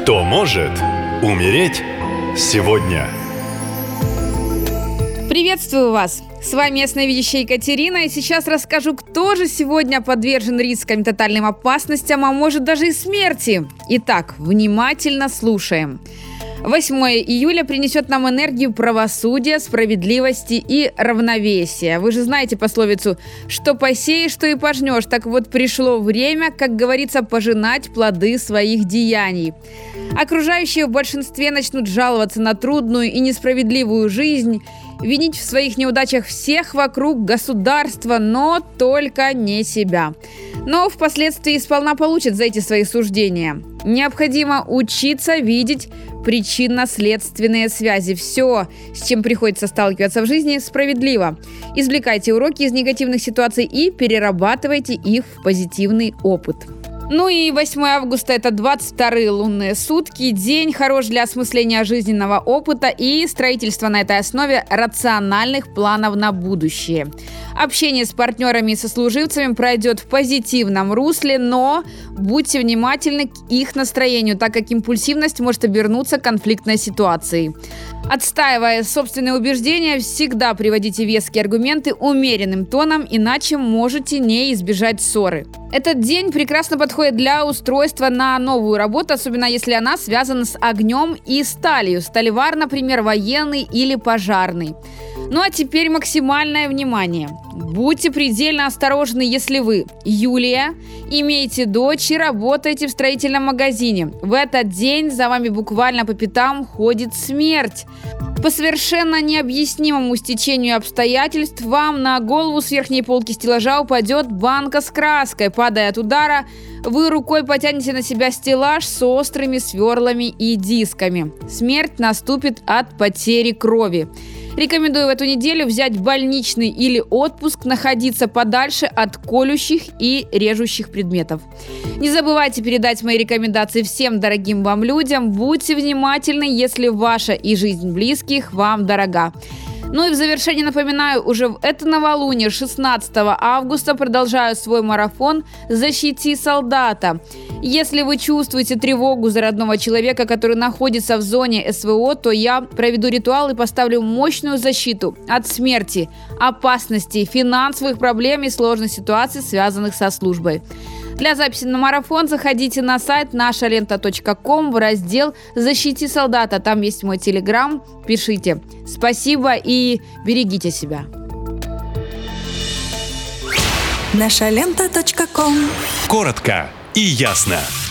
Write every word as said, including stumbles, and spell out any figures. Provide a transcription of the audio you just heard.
Кто может умереть сегодня? Приветствую вас! С вами ясновидящая Екатерина, и сейчас расскажу, кто же сегодня подвержен рискам и тотальным опасностям, а может даже и смерти. Итак, внимательно слушаем. восьмое июля принесет нам энергию правосудия, справедливости и равновесия. Вы же знаете пословицу «что посеешь, что и пожнешь». Так вот, пришло время, как говорится, пожинать плоды своих деяний. Окружающие в большинстве начнут жаловаться на трудную и несправедливую жизнь, винить в своих неудачах всех вокруг, государства, но только не себя. Но впоследствии сполна получат за эти свои суждения. Необходимо учиться видеть причинно-следственные связи. Все, с чем приходится сталкиваться в жизни, справедливо. Извлекайте уроки из негативных ситуаций и перерабатывайте их в позитивный опыт. Ну и восьмое августа – это двадцать вторые лунные сутки. День хорош для осмысления жизненного опыта и строительства на этой основе рациональных планов на будущее. Общение с партнерами и сослуживцами пройдет в позитивном русле, но будьте внимательны к их настроению, так как импульсивность может обернуться конфликтной ситуацией. Отстаивая собственные убеждения, всегда приводите веские аргументы умеренным тоном, иначе можете не избежать ссоры. Этот день прекрасно подходит для устройства на новую работу, особенно если она связана с огнем и сталью. Сталевар, например, военный или пожарный. Ну а теперь максимальное внимание. Будьте предельно осторожны, если вы, Юлия, имеете дочь и работаете в строительном магазине. В этот день за вами буквально по пятам ходит смерть. По совершенно необъяснимому стечению обстоятельств вам на голову с верхней полки стеллажа упадет банка с краской. Падая от удара, вы рукой потянете на себя стеллаж с острыми сверлами и дисками. Смерть наступит от потери крови. Рекомендую в эту неделю взять больничный или отпуск, находиться подальше от колющих и режущих предметов. Не забывайте передать мои рекомендации всем дорогим вам людям. Будьте внимательны, если ваша и жизнь близких вам дорога. Ну и в завершение напоминаю, уже в это новолуние, шестнадцатого августа, продолжаю свой марафон «Защити солдата». Если вы чувствуете тревогу за родного человека, который находится в зоне СВО, то я проведу ритуал и поставлю мощную защиту от смерти, опасностей, финансовых проблем и сложных ситуаций, связанных со службой. Для записи на марафон заходите на сайт наша лента точка ком в раздел «Защити солдата». Там есть мой телеграм. Пишите. Спасибо и берегите себя. наша лента точка ком. Коротко и ясно.